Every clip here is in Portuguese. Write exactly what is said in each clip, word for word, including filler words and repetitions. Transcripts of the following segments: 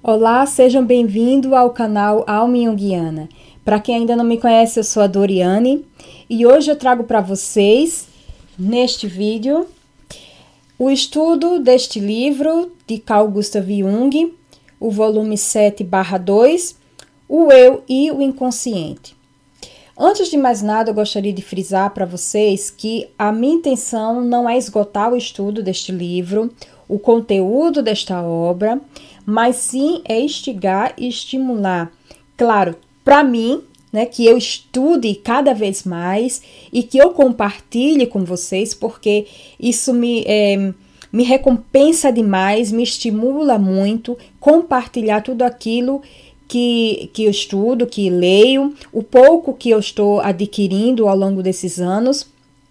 Olá, sejam bem-vindos ao canal Alma Junguiana. Para quem ainda não me conhece, eu sou a Doriane e hoje eu trago para vocês, neste vídeo, o estudo deste livro de Carl Gustav Jung, o volume sete barra dois, O Eu e o Inconsciente. Antes de mais nada, eu gostaria de frisar para vocês que a minha intenção não é esgotar o estudo deste livro, o conteúdo desta obra, mas sim é instigar e estimular, claro, para mim, né, que eu estude cada vez mais e que eu compartilhe com vocês, porque isso me, é, me recompensa demais, me estimula muito compartilhar tudo aquilo que, que eu estudo, que leio, o pouco que eu estou adquirindo ao longo desses anos,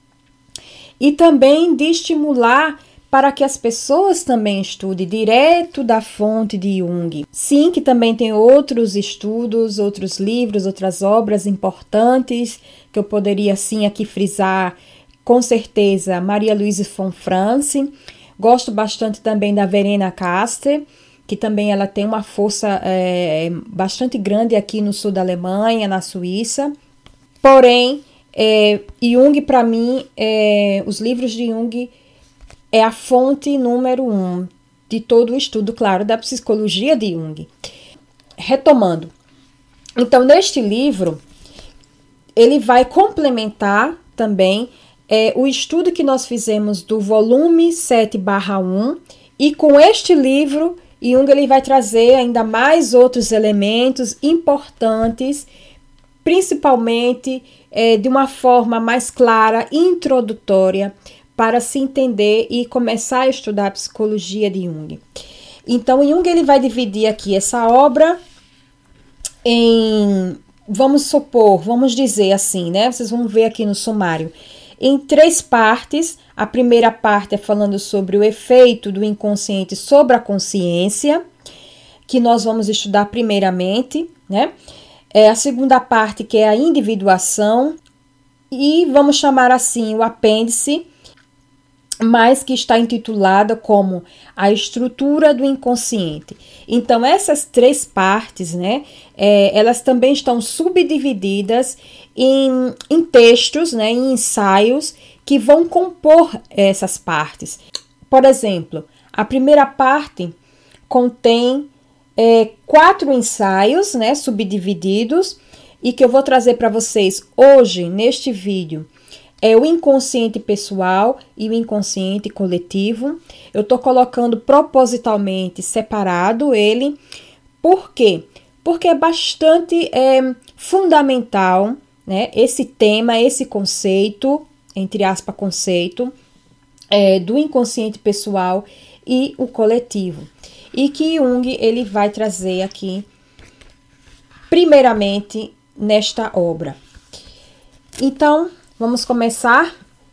e também de estimular para que as pessoas também estudem direto da fonte de Jung. Sim, que também tem outros estudos, outros livros, outras obras importantes, que eu poderia sim aqui frisar, com certeza, Maria Louise von Franz. Gosto bastante também da Verena Kaster, que também ela tem uma força é, bastante grande aqui no sul da Alemanha, na Suíça. Porém, é, Jung, para mim, é, os livros de Jung é a fonte número um de todo o estudo, claro, da psicologia de Jung. Retomando, então, neste livro, ele vai complementar também é, o estudo que nós fizemos do volume sete barra um, e com este livro, Jung ele vai trazer ainda mais outros elementos importantes, principalmente é, de uma forma mais clara, introdutória, para se entender e começar a estudar a psicologia de Jung. Então, Jung ele vai dividir aqui essa obra em, vamos supor, vamos dizer assim, né? Vocês vão ver aqui no sumário, em três partes. A primeira parte é falando sobre o efeito do inconsciente sobre a consciência, que nós vamos estudar primeiramente, né? É a segunda parte, que é a individuação, e vamos chamar assim o apêndice, mas que está intitulada como a estrutura do inconsciente. Então, essas três partes, né, é, elas também estão subdivididas em, em textos, né, em ensaios que vão compor essas partes. Por exemplo, a primeira parte contém é, quatro ensaios, né, subdivididos, e que eu vou trazer para vocês hoje, neste vídeo, é o inconsciente pessoal e o inconsciente coletivo. Eu estou colocando propositalmente separado ele. Por quê? Porque é bastante é, fundamental, né, esse tema, esse conceito, entre aspas, conceito, é, do inconsciente pessoal e o coletivo. E que Jung ele vai trazer aqui, primeiramente, nesta obra. Então, vamos começar.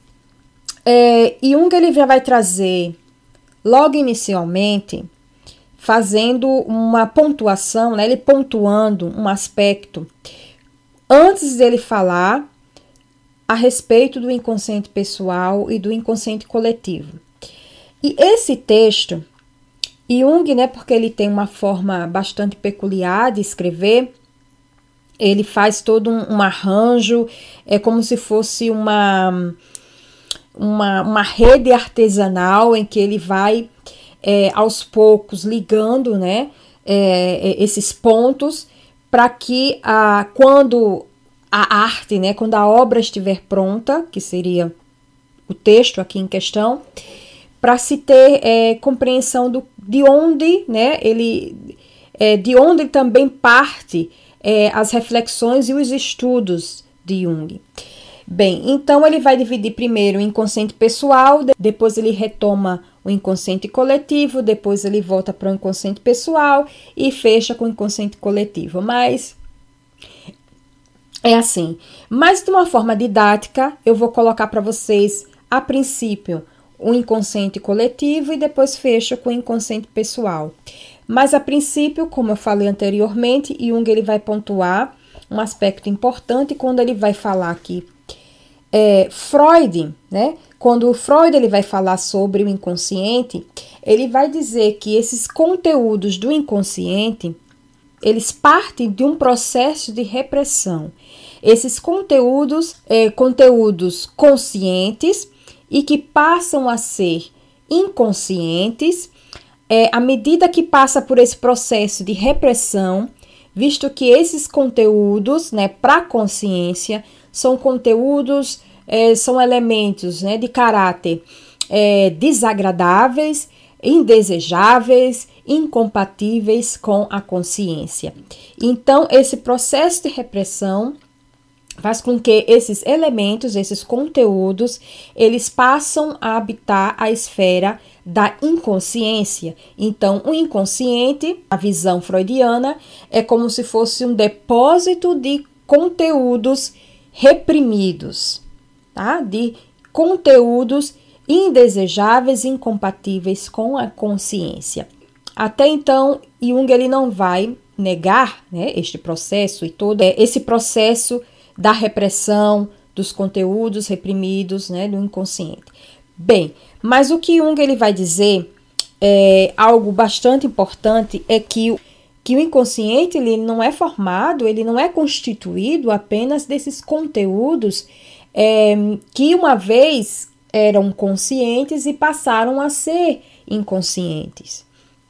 É, Jung ele já vai trazer, logo inicialmente, fazendo uma pontuação, né, ele pontuando um aspecto, antes dele falar a respeito do inconsciente pessoal e do inconsciente coletivo. E esse texto, Jung, né, porque ele tem uma forma bastante peculiar de escrever, ele faz todo um, um arranjo, é como se fosse uma, uma, uma rede artesanal em que ele vai, é, aos poucos, ligando, né, é, esses pontos para que, a, quando a arte, né, quando a obra estiver pronta, que seria o texto aqui em questão, para se ter é, compreensão do, de onde, né, ele, é, de onde também parte É, as reflexões e os estudos de Jung. Bem, então ele vai dividir primeiro o inconsciente pessoal, depois ele retoma o inconsciente coletivo, depois ele volta para o inconsciente pessoal e fecha com o inconsciente coletivo. Mas é assim. Mas de uma forma didática, eu vou colocar para vocês, a princípio, o inconsciente coletivo e depois fecho com o inconsciente pessoal. Mas, a princípio, como eu falei anteriormente, Jung ele vai pontuar um aspecto importante quando ele vai falar aqui. É, Freud, né? Quando Freud ele vai falar sobre o inconsciente, ele vai dizer que esses conteúdos do inconsciente, eles partem de um processo de repressão. Esses conteúdos, é, conteúdos conscientes e que passam a ser inconscientes, é, à medida que passa por esse processo de repressão, visto que esses conteúdos, né, para a consciência, são conteúdos, é, são elementos, né, de caráter é, desagradáveis, indesejáveis, incompatíveis com a consciência. Então, esse processo de repressão faz com que esses elementos, esses conteúdos, eles passam a habitar a esfera da inconsciência. Então, o inconsciente, a visão freudiana, é como se fosse um depósito de conteúdos reprimidos, tá? De conteúdos indesejáveis, incompatíveis com a consciência. Até então, Jung ele não vai negar, né, este processo e todo esse processo da repressão dos conteúdos reprimidos, né, do inconsciente. Bem, mas o que Jung ele vai dizer é algo bastante importante, é que, que o inconsciente ele não é formado, ele não é constituído apenas desses conteúdos é, que uma vez eram conscientes e passaram a ser inconscientes.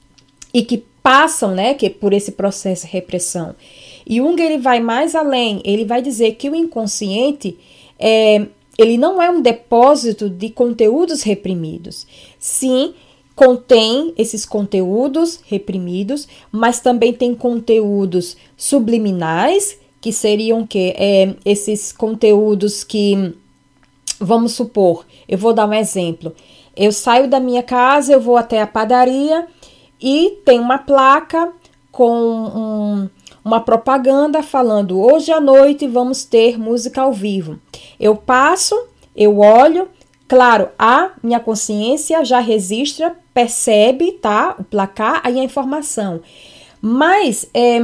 E que passam, né, que por esse processo de repressão. E Jung ele vai mais além, ele vai dizer que o inconsciente é, ele não é um depósito de conteúdos reprimidos. Sim, contém esses conteúdos reprimidos, mas também tem conteúdos subliminais, que seriam que é, esses conteúdos que, vamos supor, eu vou dar um exemplo. Eu saio da minha casa, eu vou até a padaria e tem uma placa com um, uma propaganda falando: hoje à noite vamos ter música ao vivo. Eu passo, eu olho, claro, a minha consciência já registra, percebe, tá, o placar, aí a informação. Mas é,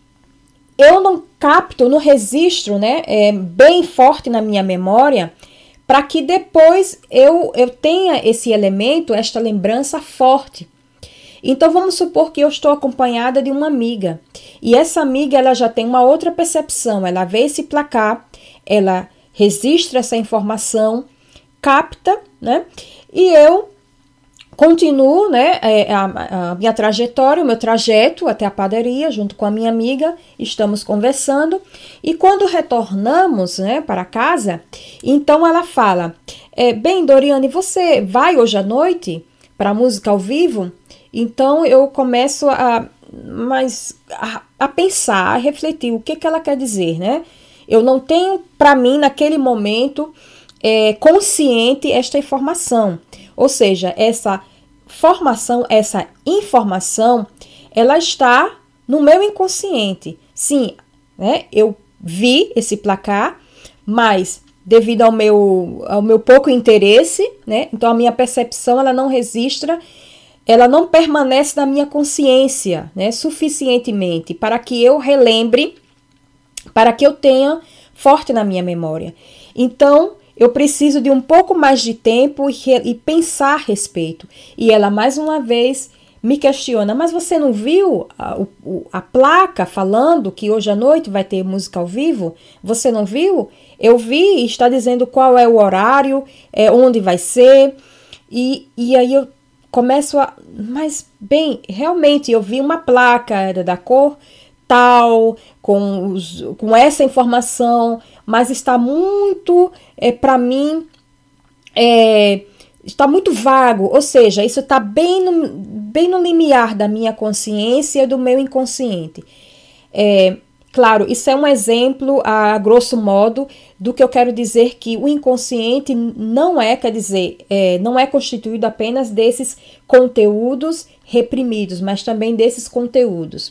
eu não capto, não registro, né, é, bem forte na minha memória, para que depois eu, eu tenha esse elemento, esta lembrança forte. Então, vamos supor que eu estou acompanhada de uma amiga. E essa amiga ela já tem uma outra percepção. Ela vê esse placar, ela registra essa informação, capta, né? E eu continuo, né, a, a minha trajetória, o meu trajeto até a padaria, junto com a minha amiga, estamos conversando. E quando retornamos, né, para casa, então ela fala: é, bem, Doriane, você vai hoje à noite para a música ao vivo? Então, eu começo a, mas, a, a pensar, a refletir o que, que ela quer dizer, né? Eu não tenho, para mim, naquele momento, é, consciente esta informação. Ou seja, essa formação, essa informação, ela está no meu inconsciente. Sim, né? Eu vi esse placar, mas devido ao meu, ao meu pouco interesse, né? Então, a minha percepção, ela não registra, ela não permanece na minha consciência, né, suficientemente para que eu relembre, para que eu tenha forte na minha memória. Então, eu preciso de um pouco mais de tempo e, e pensar a respeito. E ela, mais uma vez, me questiona: mas você não viu a, o, a placa falando que hoje à noite vai ter música ao vivo? Você não viu? Eu vi, está dizendo qual é o horário, é, onde vai ser. E, e aí eu começo a... Mas, bem, realmente eu vi uma placa, era da cor tal, com, os, com essa informação, mas está muito, é, para mim, é, está muito vago. Ou seja, isso está bem no, bem no limiar da minha consciência e do meu inconsciente. É, claro, isso é um exemplo, a grosso modo, do que eu quero dizer, que o inconsciente não é, quer dizer, é, não é constituído apenas desses conteúdos reprimidos, mas também desses conteúdos.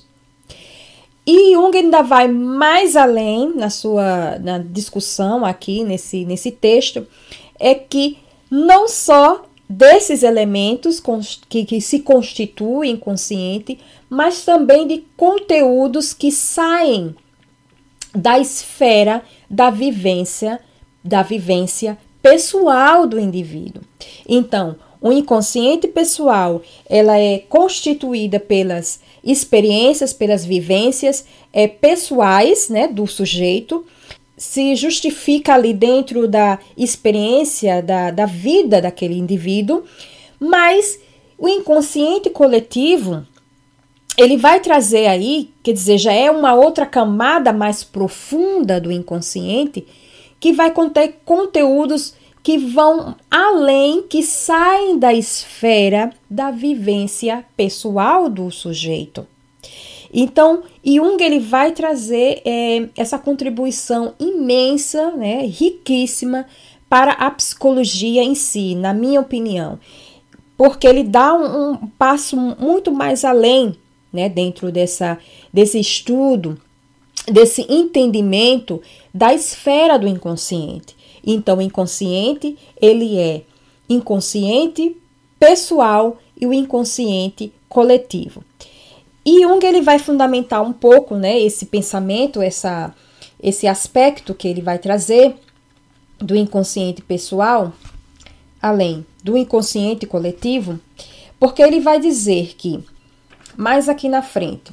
E Jung ainda vai mais além na sua na discussão aqui, nesse, nesse texto, é que não só desses elementos que, que se constituem inconsciente, mas também de conteúdos que saem da esfera da vivência, da vivência pessoal do indivíduo. Então, O inconsciente pessoal, ela é constituída pelas experiências, pelas vivências é, pessoais, né, do sujeito, se justifica ali dentro da experiência, da, da vida daquele indivíduo, mas o inconsciente coletivo, ele vai trazer aí, quer dizer, já é uma outra camada mais profunda do inconsciente, que vai conter conteúdos que vão além, que saem da esfera da vivência pessoal do sujeito. Então, Jung ele vai trazer é, essa contribuição imensa, né, riquíssima para a psicologia em si, na minha opinião, porque ele dá um, um passo muito mais além, né, dentro dessa, desse estudo, desse entendimento da esfera do inconsciente. Então, o inconsciente, ele é inconsciente pessoal e o inconsciente coletivo. E Jung ele vai fundamentar um pouco, né, esse pensamento, essa, esse aspecto que ele vai trazer do inconsciente pessoal, além do inconsciente coletivo, porque ele vai dizer que, mais aqui na frente,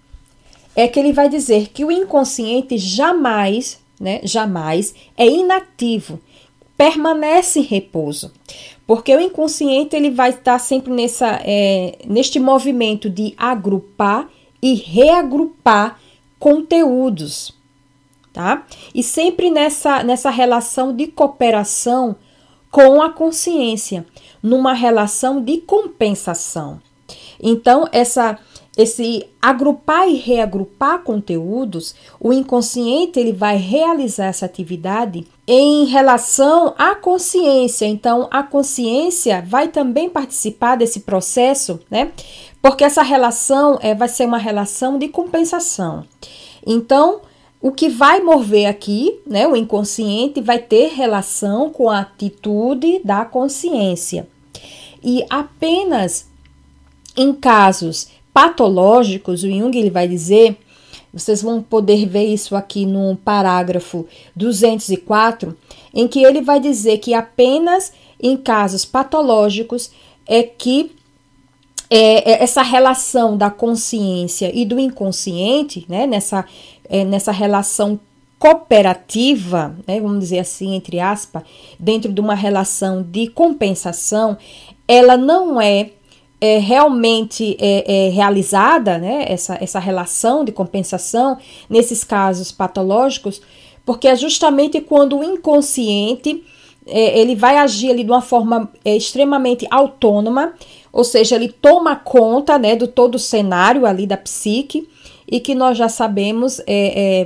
é que ele vai dizer que o inconsciente jamais, né, jamais é inativo, permanece em repouso. Porque o inconsciente ele vai estar sempre nessa, é, neste movimento de agrupar e reagrupar conteúdos, tá? E sempre nessa, nessa relação de cooperação com a consciência, numa relação de compensação. Então, essa, esse agrupar e reagrupar conteúdos, o inconsciente ele vai realizar essa atividade em relação à consciência. Então, a consciência vai também participar desse processo, né? Porque essa relação é, vai ser uma relação de compensação. Então, o que vai mover aqui, né, o inconsciente, vai ter relação com a atitude da consciência. E apenas em casos patológicos, o Jung ele vai dizer, vocês vão poder ver isso aqui no parágrafo duzentos e quatro, em que ele vai dizer que apenas em casos patológicos é que é, essa relação da consciência e do inconsciente, né, nessa, é, nessa relação cooperativa, né, vamos dizer assim, entre aspas, dentro de uma relação de compensação, ela não é É, realmente é, é, realizada, né, essa, essa relação de compensação nesses casos patológicos, porque é justamente quando o inconsciente é, ele vai agir ali de uma forma é, extremamente autônoma, ou seja, ele toma conta, né, do todo o cenário ali da psique, e que nós já sabemos é, é,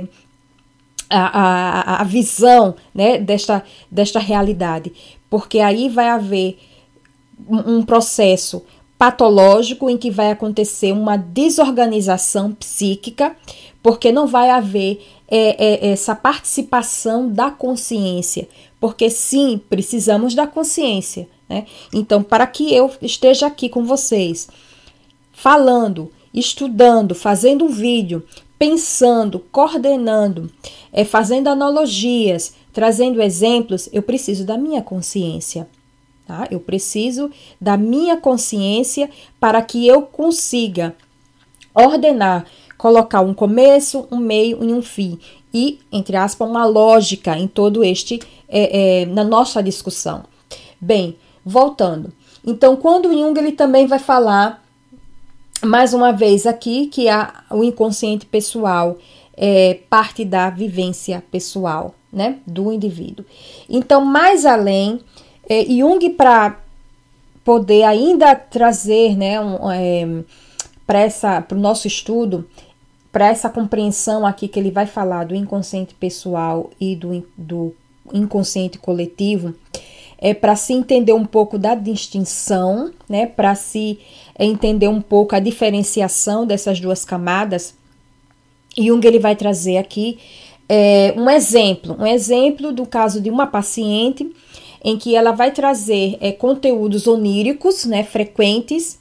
a, a, a visão, né, desta, desta realidade, porque aí vai haver um, um processo patológico em que vai acontecer uma desorganização psíquica, porque não vai haver é, é, essa participação da consciência, porque sim, precisamos da consciência, né? Então, para que eu esteja aqui com vocês, falando, estudando, fazendo um vídeo, pensando, coordenando, é, fazendo analogias, trazendo exemplos, eu preciso da minha consciência. Tá? Eu preciso da minha consciência para que eu consiga ordenar, colocar um começo, um meio e um fim. E, entre aspas, uma lógica em todo este, é, é, na nossa discussão. Bem, voltando. Então, quando o Jung ele também vai falar, mais uma vez aqui, que a, o inconsciente pessoal é parte da vivência pessoal, né, do indivíduo. Então, mais além... É, Jung, para poder ainda trazer, né, um, é, para o nosso estudo, para essa compreensão aqui que ele vai falar do inconsciente pessoal e do, do inconsciente coletivo, é para se entender um pouco da distinção, né, para se entender um pouco a diferenciação dessas duas camadas. Jung ele vai trazer aqui é, um exemplo, um exemplo do caso de uma paciente em que ela vai trazer é, conteúdos oníricos, né, frequentes,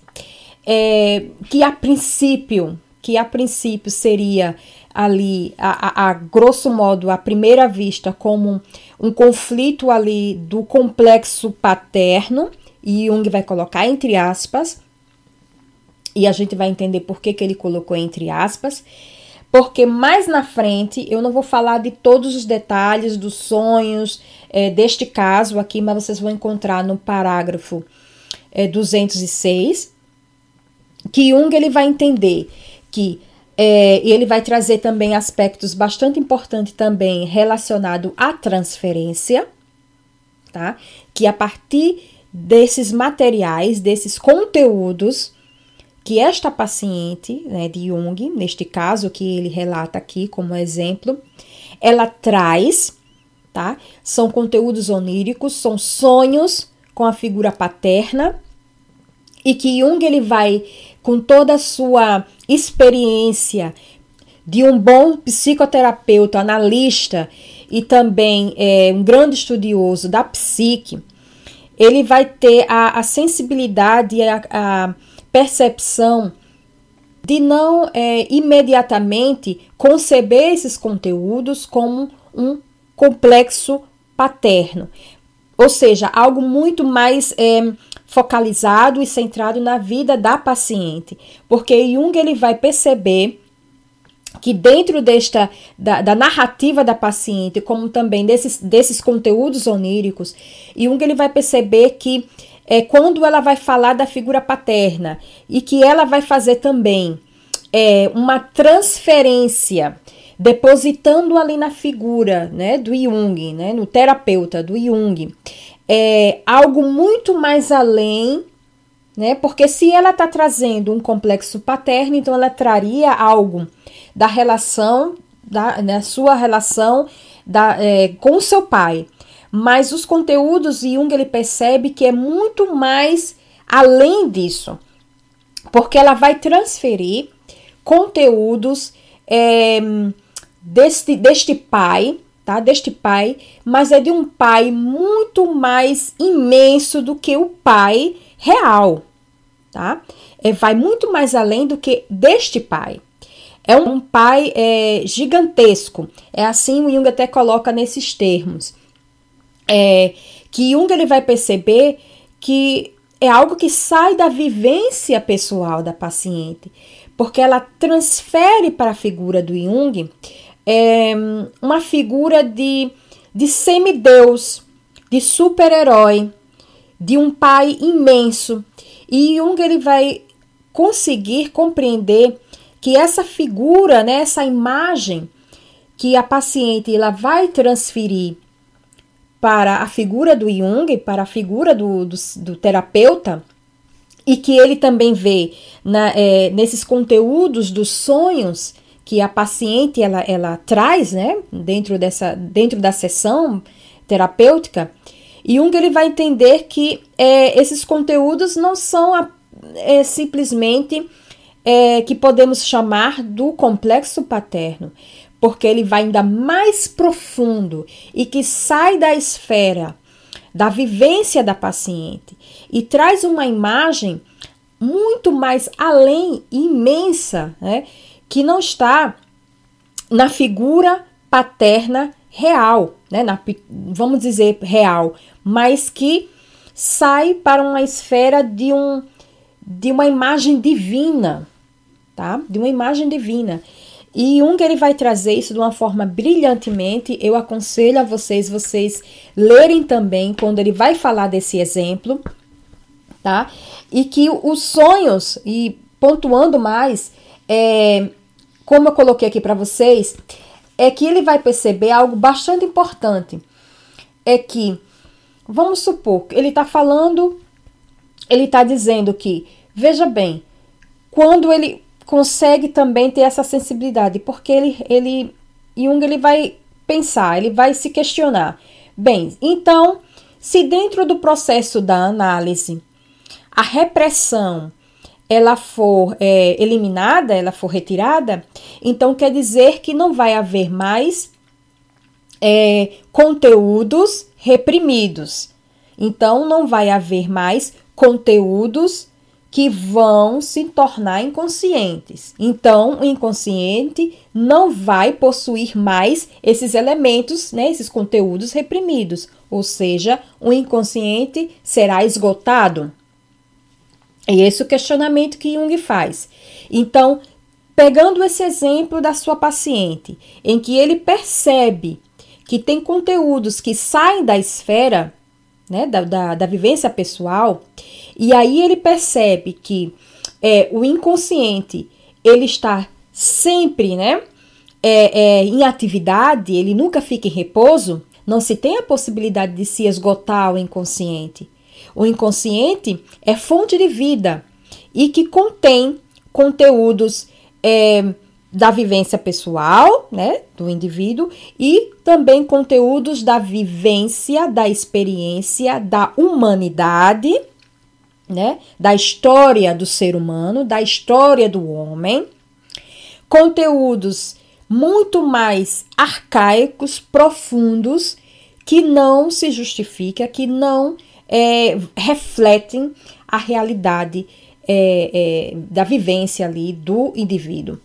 é, que a princípio, que a princípio seria ali, a, a, a grosso modo, à primeira vista, como um, um conflito ali do complexo paterno e Jung vai colocar entre aspas, e a gente vai entender por que, que ele colocou entre aspas, porque mais na frente eu não vou falar de todos os detalhes dos sonhos é, deste caso aqui, mas vocês vão encontrar no parágrafo é, duzentos e seis, que Jung ele vai entender que é, ele vai trazer também aspectos bastante importantes também relacionados à transferência, tá? Que a partir desses materiais, desses conteúdos que esta paciente, né, de Jung, neste caso que ele relata aqui como exemplo, ela traz, tá? São conteúdos oníricos, são sonhos com a figura paterna, e que Jung ele vai, com toda a sua experiência de um bom psicoterapeuta, analista e também é, um grande estudioso da psique, ele vai ter a, a sensibilidade e a, a percepção de não é, imediatamente conceber esses conteúdos como um complexo paterno, ou seja, algo muito mais é, focalizado e centrado na vida da paciente, porque Jung ele vai perceber que dentro desta, da, da narrativa da paciente, como também desses, desses conteúdos oníricos, Jung ele vai perceber que é, quando ela vai falar da figura paterna e que ela vai fazer também é, uma transferência, depositando ali na figura, né, do Jung, né, no terapeuta do Jung, é, algo muito mais além, né, porque se ela está trazendo um complexo paterno, então ela traria algo da relação, da né, sua relação da, é, com o seu pai. Mas os conteúdos, Jung ele percebe que é muito mais além disso, porque ela vai transferir conteúdos é, deste, deste pai, tá? Deste pai, mas é de um pai muito mais imenso do que o pai real, tá? É, vai muito mais além do que deste pai. É um pai é, gigantesco. É assim o Jung até coloca nesses termos. É, que Jung ele vai perceber que é algo que sai da vivência pessoal da paciente, porque ela transfere para a figura do Jung é, uma figura de, de semideus, de super-herói, de um pai imenso. E Jung ele vai conseguir compreender que essa figura, né, essa imagem que a paciente ela vai transferir para a figura do Jung, para a figura do, do, do terapeuta, e que ele também vê na, é, nesses conteúdos dos sonhos que a paciente ela, ela traz, né, dentro, dessa, dentro da sessão terapêutica, Jung ele vai entender que é, esses conteúdos não são a, é, simplesmente é, que podemos chamar do complexo paterno, porque ele vai ainda mais profundo e que sai da esfera da vivência da paciente e traz uma imagem muito mais além, imensa, né, que não está na figura paterna real, né, na, vamos dizer real, mas que sai para uma esfera de, um, de uma imagem divina, tá? De uma imagem divina. E Jung ele vai trazer isso de uma forma brilhantemente. Eu aconselho a vocês, vocês lerem também quando ele vai falar desse exemplo, tá? E que os sonhos, e pontuando mais, é, como eu coloquei aqui para vocês, é que ele vai perceber algo bastante importante. É que, vamos supor, ele está falando, ele está dizendo que, veja bem, quando ele consegue também ter essa sensibilidade, porque ele, ele, Jung ele vai pensar, ele vai se questionar. Bem, então, se dentro do processo da análise a repressão ela for é, eliminada, ela for retirada, então quer dizer que não vai haver mais é, conteúdos reprimidos. Então, não vai haver mais conteúdos que vão se tornar inconscientes. Então, o inconsciente não vai possuir mais esses elementos, né, esses conteúdos reprimidos, ou seja, o inconsciente será esgotado. E esse é o questionamento que Jung faz. Então, pegando esse exemplo da sua paciente, em que ele percebe que tem conteúdos que saem da esfera, né, da, da, da vivência pessoal, e aí ele percebe que é, o inconsciente ele está sempre, né, é, é, em atividade, ele nunca fica em repouso, não se tem a possibilidade de se esgotar o inconsciente. O inconsciente é fonte de vida e que contém conteúdos é, da vivência pessoal, né, do indivíduo, e também conteúdos da vivência, da experiência, da humanidade, né, da história do ser humano, da história do homem, conteúdos muito mais arcaicos, profundos, que não se justifica, que não é, refletem a realidade é, é, da vivência ali do indivíduo.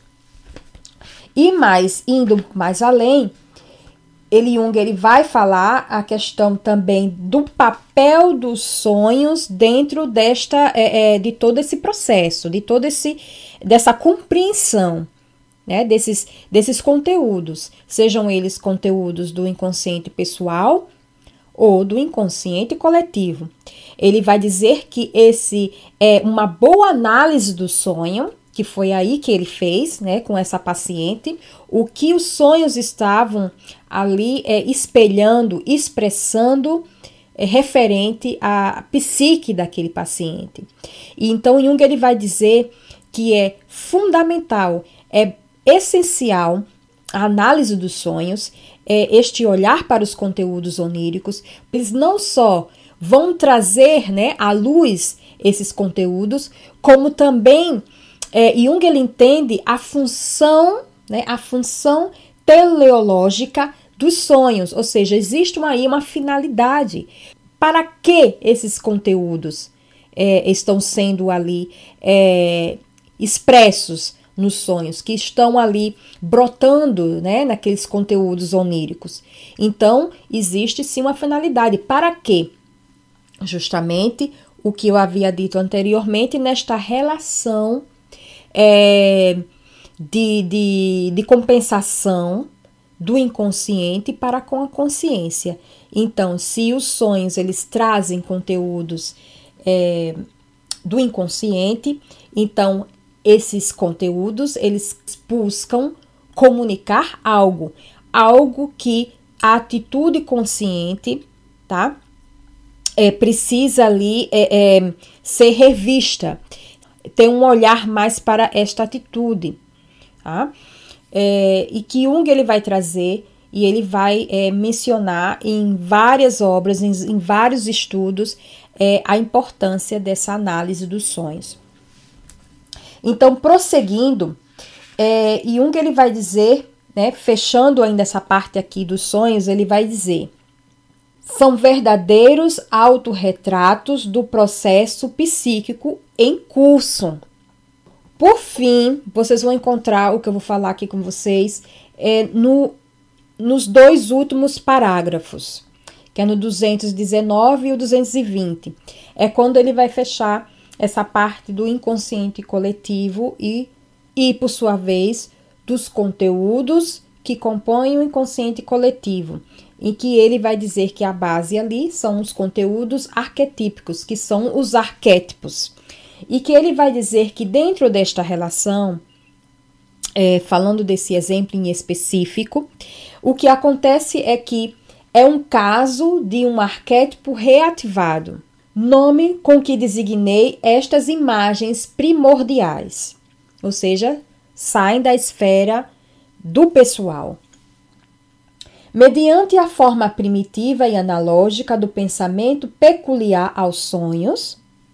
E mais, indo mais além, ele, Jung, ele vai falar a questão também do papel dos sonhos dentro desta, é, é, de todo esse processo, de todo esse, dessa compreensão, né, desses, desses conteúdos, sejam eles conteúdos do inconsciente pessoal ou do inconsciente coletivo. Ele vai dizer que esse é uma boa análise do sonho, que foi aí que ele fez, né, com essa paciente, o que os sonhos estavam ali é, espelhando, expressando, é, referente à psique daquele paciente. E então Jung ele vai dizer que é fundamental, é essencial a análise dos sonhos, é, este olhar para os conteúdos oníricos. Eles não só vão trazer, né, à luz esses conteúdos, como também É, Jung ele entende a função, né, a função teleológica dos sonhos, ou seja, existe uma, aí uma finalidade. Para que esses conteúdos é, estão sendo ali é, expressos nos sonhos, que estão ali brotando, né, naqueles conteúdos oníricos? Então, existe sim uma finalidade. Para quê? Justamente o que eu havia dito anteriormente nesta relação É, de, de, de compensação do inconsciente para com a consciência. Então, se os sonhos eles trazem conteúdos é, do inconsciente, então esses conteúdos eles buscam comunicar algo, algo que a atitude consciente, tá, é, precisa ali é, é, ser revista. Tem um olhar mais para esta atitude, tá? É, e que Jung ele vai trazer e ele vai é, mencionar em várias obras, em, em vários estudos, é, a importância dessa análise dos sonhos. Então, prosseguindo, é, Jung ele vai dizer, né, fechando ainda essa parte aqui dos sonhos, ele vai dizer: são verdadeiros autorretratos do processo psíquico em curso. Por fim, vocês vão encontrar o que eu vou falar aqui com vocês é, no, nos dois últimos parágrafos, que é no duzentos e dezenove e o duzentos e vinte. É quando ele vai fechar essa parte do inconsciente coletivo e, e por sua vez, dos conteúdos que compõem o inconsciente coletivo, em que ele vai dizer que a base ali são os conteúdos arquetípicos, que são os arquétipos. E que ele vai dizer que dentro desta relação, é, falando desse exemplo em específico, o que acontece é que é um caso de um arquétipo reativado, nome com que designei estas imagens primordiais, ou seja, saem da esfera do pessoal. Mediante a forma primitiva e analógica do pensamento peculiar aos sonhos,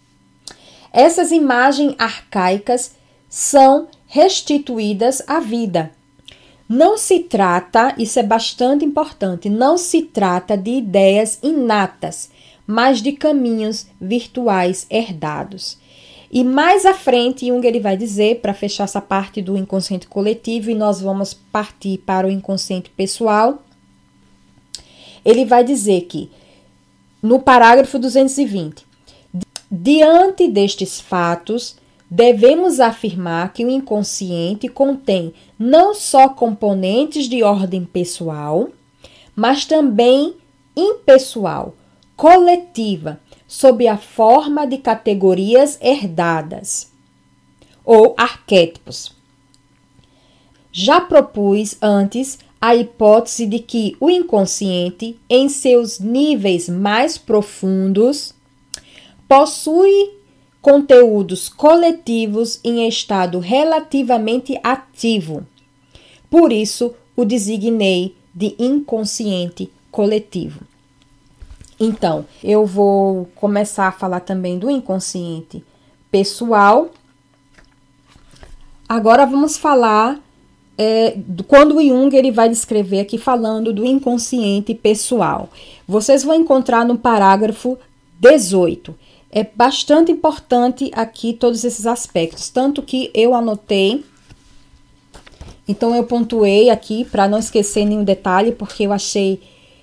essas imagens arcaicas são restituídas à vida. Não se trata, isso é bastante importante, não se trata de ideias inatas, mas de caminhos virtuais herdados. E mais à frente, Jung ele vai dizer, para fechar essa parte do inconsciente coletivo, e nós vamos partir para o inconsciente pessoal, ele vai dizer que, no parágrafo duzentos e vinte, diante destes fatos, devemos afirmar que o inconsciente contém não só componentes de ordem pessoal, mas também impessoal, coletiva, sob a forma de categorias herdadas ou arquétipos. Já propus antes a hipótese de que o inconsciente, em seus níveis mais profundos, possui conteúdos coletivos em estado relativamente ativo. Por isso, o designei de inconsciente coletivo. Então, eu vou começar a falar também do inconsciente pessoal. Agora vamos falar, é, do, quando o Jung ele vai descrever aqui falando do inconsciente pessoal. Vocês vão encontrar no parágrafo dezoito. É bastante importante aqui todos esses aspectos, tanto que eu anotei. Então, eu pontuei aqui para não esquecer nenhum detalhe, porque eu achei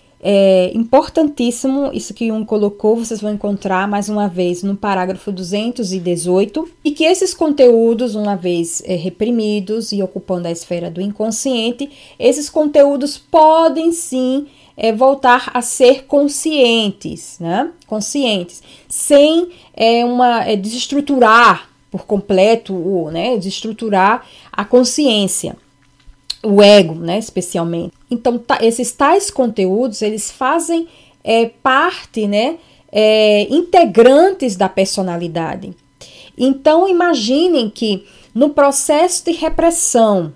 É importantíssimo isso que Jung colocou, vocês vão encontrar mais uma vez no parágrafo duzentos e dezoito, e que esses conteúdos, uma vez é, reprimidos e ocupando a esfera do inconsciente, esses conteúdos podem sim é, voltar a ser conscientes, né? Conscientes, sem é, uma, é, desestruturar por completo, o, né? desestruturar a consciência. O ego, né, especialmente. Então, tá, esses tais conteúdos, eles fazem é, parte, né, é, integrantes da personalidade. Então, imaginem que no processo de repressão,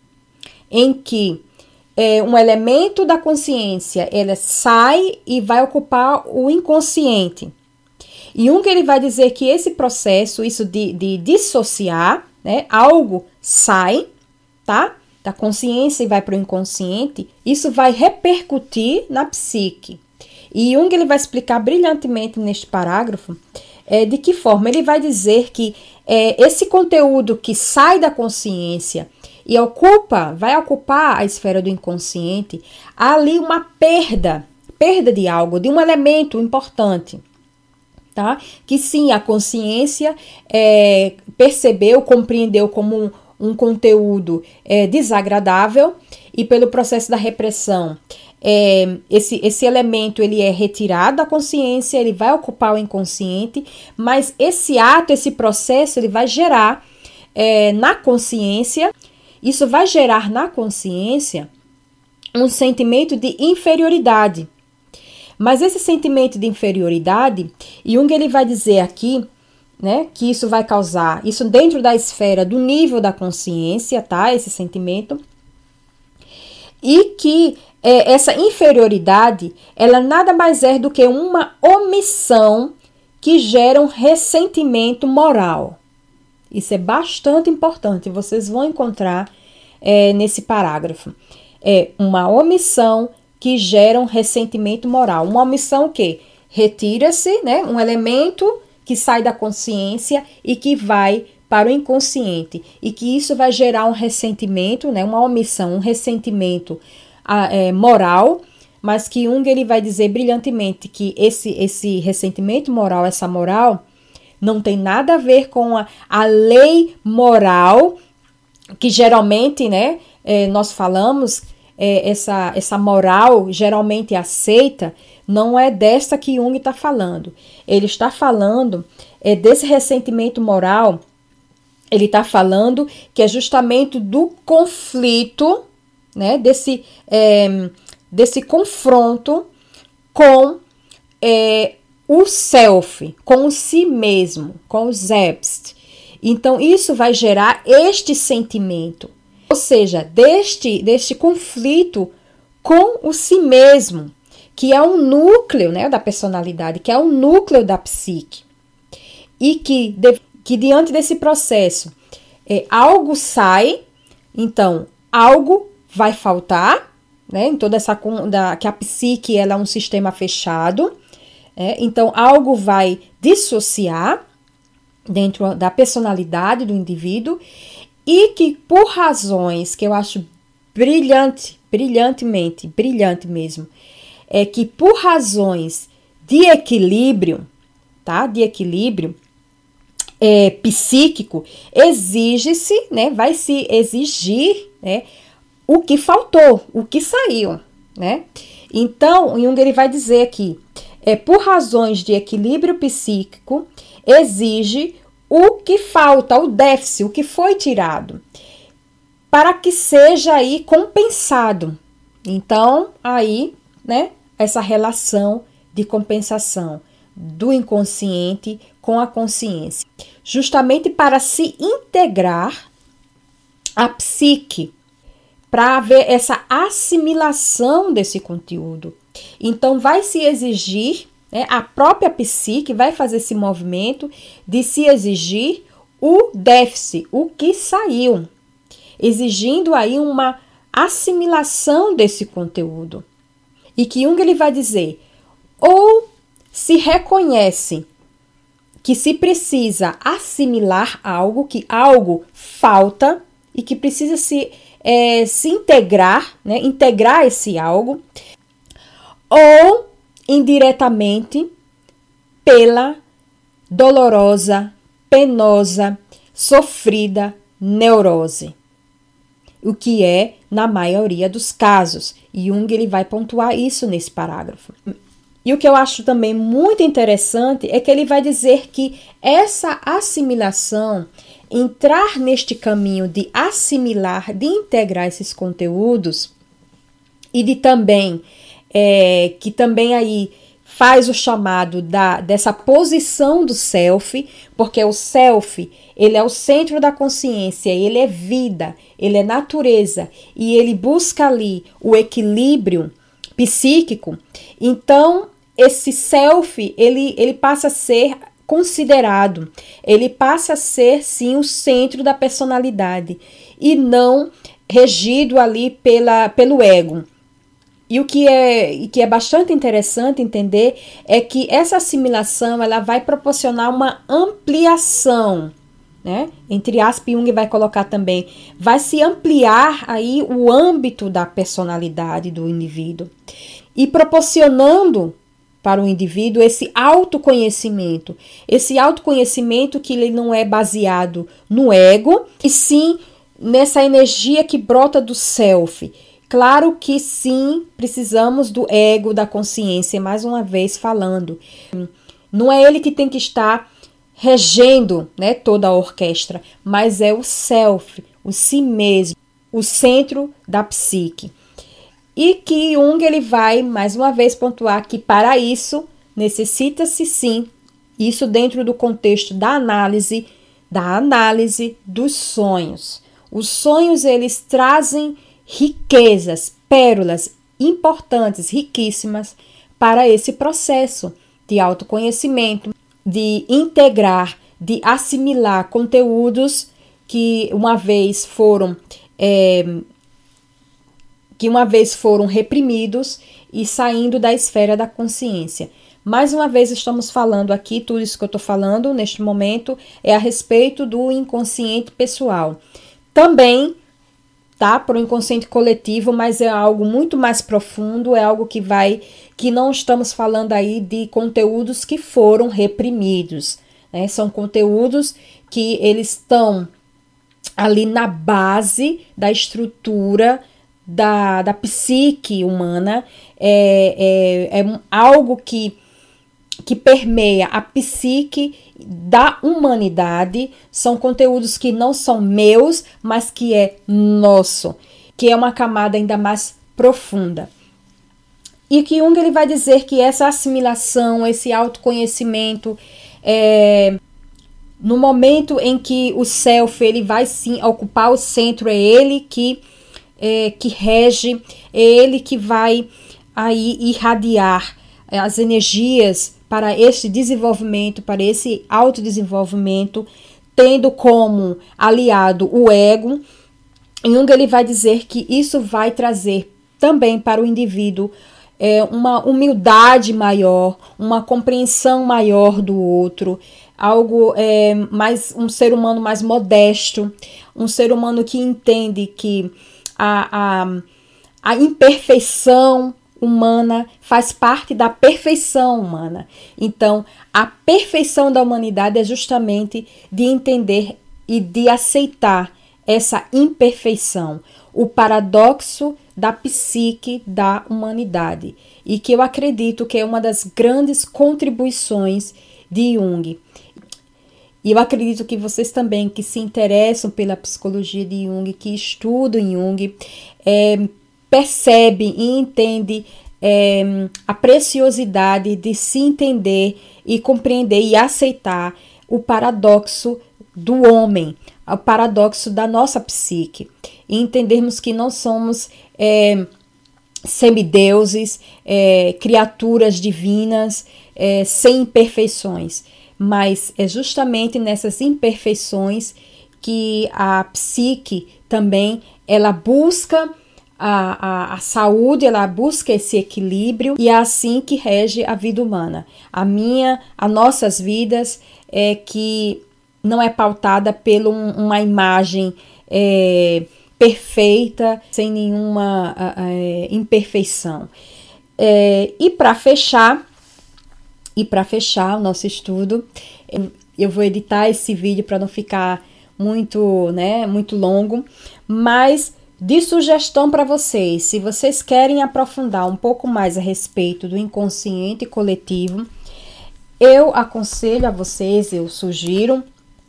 em que é, um elemento da consciência, ele sai e vai ocupar o inconsciente. E um que ele vai dizer que esse processo, isso de, de dissociar, né, algo sai, tá? Da consciência e vai para o inconsciente, isso vai repercutir na psique. E Jung ele vai explicar brilhantemente neste parágrafo é, de que forma ele vai dizer que é, esse conteúdo que sai da consciência e ocupa, vai ocupar a esfera do inconsciente, há ali uma perda, perda de algo, de um elemento importante. Tá? Que sim, a consciência é, percebeu, compreendeu como um um conteúdo é, desagradável, e pelo processo da repressão, é, esse, esse elemento ele é retirado da consciência, ele vai ocupar o inconsciente, mas esse ato, esse processo, ele vai gerar é, na consciência, isso vai gerar na consciência um sentimento de inferioridade. Mas esse sentimento de inferioridade, Jung ele vai dizer aqui, né, que isso vai causar, isso dentro da esfera do nível da consciência, tá, esse sentimento, e que é, essa inferioridade, ela nada mais é do que uma omissão que gera um ressentimento moral. Isso é bastante importante, vocês vão encontrar é, nesse parágrafo. É uma omissão que gera um ressentimento moral. Uma omissão que retira-se, né, um elemento que sai da consciência e que vai para o inconsciente, e que isso vai gerar um ressentimento, né, uma omissão, um ressentimento é, moral, mas que Jung ele vai dizer brilhantemente que esse, esse ressentimento moral, essa moral, não tem nada a ver com a, a lei moral, que geralmente, né, é, nós falamos, é, essa, essa moral geralmente aceita, não é desta que Jung está falando. Ele está falando é, desse ressentimento moral, ele está falando que é justamente do conflito, né, desse, é, desse confronto com é, o self, com o si mesmo, com o selbst. Então, isso vai gerar este sentimento, ou seja, deste, deste conflito com o si mesmo, que é um núcleo, né, da personalidade, que é um núcleo da psique. E que, de, que diante desse processo, é, algo sai, então, algo vai faltar, né, em toda essa, da, que a psique ela é um sistema fechado, é, então, algo vai dissociar, dentro da personalidade do indivíduo e que por razões que eu acho brilhante, brilhantemente, brilhante mesmo, é que por razões de equilíbrio, tá? De equilíbrio é, psíquico, exige-se, né? Vai se exigir, né? O que faltou, o que saiu, né? Então, Jung ele vai dizer aqui, é, por razões de equilíbrio psíquico, exige o que falta, o déficit, o que foi tirado, para que seja aí compensado. Então, aí, né, essa relação de compensação do inconsciente com a consciência, justamente para se integrar a psique, para haver essa assimilação desse conteúdo. Então, vai se exigir, né, a própria psique vai fazer esse movimento de se exigir o déficit, o que saiu, exigindo aí uma assimilação desse conteúdo. E que Jung ele vai dizer, ou se reconhece que se precisa assimilar algo, que algo falta e que precisa se, é, se integrar, né, integrar esse algo, ou indiretamente pela dolorosa, penosa, sofrida neurose, o que é na maioria dos casos. Jung ele vai pontuar isso nesse parágrafo. E o que eu acho também muito interessante é que ele vai dizer que essa assimilação, entrar neste caminho de assimilar, de integrar esses conteúdos e de também, é, que também aí faz o chamado da, dessa posição do self, porque o self, ele é o centro da consciência, ele é vida, ele é natureza, e ele busca ali o equilíbrio psíquico. Então, esse self, ele, ele passa a ser considerado, ele passa a ser, sim, o centro da personalidade, e não regido ali pela, pelo ego. E o que é, que é bastante interessante entender é que essa assimilação ela vai proporcionar uma ampliação, né? Entre aspas, Jung vai colocar também, vai se ampliar aí o âmbito da personalidade do indivíduo e proporcionando para o indivíduo esse autoconhecimento, esse autoconhecimento que ele não é baseado no ego, e sim nessa energia que brota do self. Claro que sim, precisamos do ego, da consciência, mais uma vez falando. Não é ele que tem que estar regendo, né, toda a orquestra, mas é o self, o si mesmo, o centro da psique. E que Jung ele vai, mais uma vez, pontuar que para isso necessita-se sim, isso dentro do contexto da análise, da análise dos sonhos. Os sonhos, eles trazem riquezas, pérolas importantes, riquíssimas para esse processo de autoconhecimento, de integrar, de assimilar conteúdos que uma vez foram é, que uma vez foram reprimidos e saindo da esfera da consciência. Mais uma vez estamos falando aqui, tudo isso que eu estou falando neste momento é a respeito do inconsciente pessoal. Também tá, para o inconsciente coletivo, mas é algo muito mais profundo, é algo que vai, que não estamos falando aí de conteúdos que foram reprimidos, né? São conteúdos que eles estão ali na base da estrutura da, da psique humana, é, é, é algo que, que permeia a psique da humanidade, são conteúdos que não são meus, mas que é nosso, que é uma camada ainda mais profunda. E que Jung ele vai dizer que essa assimilação, esse autoconhecimento, é, no momento em que o self ele vai sim ocupar o centro, é ele que, é, que rege, é ele que vai aí irradiar as energias para esse desenvolvimento, para esse autodesenvolvimento, tendo como aliado o ego. Jung ele vai dizer que isso vai trazer também para o indivíduo é, uma humildade maior, uma compreensão maior do outro, algo é, mais, um ser humano mais modesto, um ser humano que entende que a, a, a imperfeição humana faz parte da perfeição humana. Então, a perfeição da humanidade é justamente de entender e de aceitar essa imperfeição, o paradoxo da psique da humanidade, e que eu acredito que é uma das grandes contribuições de Jung. E eu acredito que vocês também que se interessam pela psicologia de Jung, que estudam Jung, é, percebe e entende é, a preciosidade de se entender e compreender e aceitar o paradoxo do homem, o paradoxo da nossa psique, e entendermos que não somos é, semideuses, é, criaturas divinas, é, sem imperfeições, mas é justamente nessas imperfeições que a psique também ela busca A, a, a saúde, ela busca esse equilíbrio, e é assim que rege a vida humana. A minha, as nossas vidas é que não é pautada por um, uma imagem é, perfeita, sem nenhuma é, imperfeição. É, e para fechar, e para fechar o nosso estudo, eu vou editar esse vídeo para não ficar muito, né, muito longo, mas de sugestão para vocês, se vocês querem aprofundar um pouco mais a respeito do inconsciente coletivo, eu aconselho a vocês, eu sugiro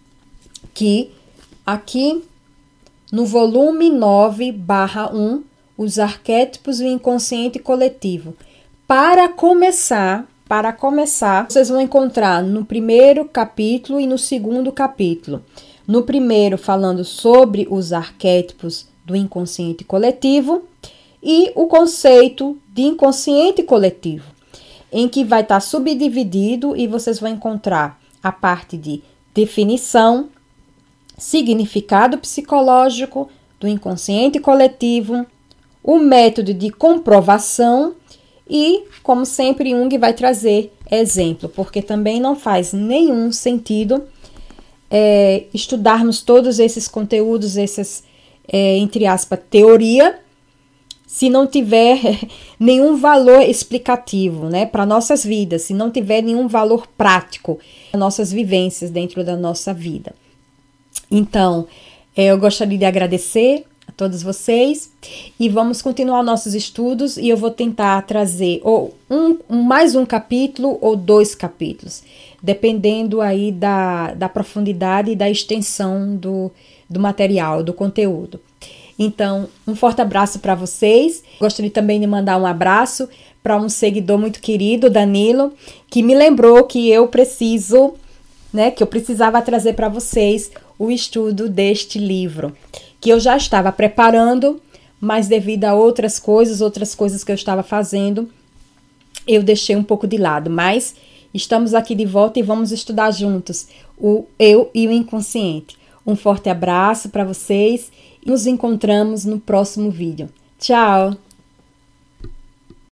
que aqui no volume nove barra um, os arquétipos do inconsciente coletivo, para começar, para começar, vocês vão encontrar no primeiro capítulo e no segundo capítulo. No primeiro, falando sobre os arquétipos do inconsciente coletivo, e o conceito de inconsciente coletivo, em que vai estar subdividido e vocês vão encontrar a parte de definição, significado psicológico do inconsciente coletivo, o método de comprovação e, como sempre, Jung vai trazer exemplo, porque também não faz nenhum sentido é, estudarmos todos esses conteúdos, essas É, entre aspas, teoria, se não tiver nenhum valor explicativo, né, para nossas vidas, se não tiver nenhum valor prático para nossas vivências dentro da nossa vida. Então, é, eu gostaria de agradecer a todos vocês e vamos continuar nossos estudos, e eu vou tentar trazer ou um, mais um capítulo ou dois capítulos, dependendo aí da, da profundidade e da extensão do do material, do conteúdo. Então, um forte abraço para vocês. Gostaria também de mandar um abraço para um seguidor muito querido, Danilo, que me lembrou que eu preciso, né, que eu precisava trazer para vocês o estudo deste livro, que eu já estava preparando, mas devido a outras coisas, outras coisas que eu estava fazendo, eu deixei um pouco de lado, mas estamos aqui de volta e vamos estudar juntos o eu e o inconsciente. Um forte abraço para vocês e nos encontramos no próximo vídeo. Tchau!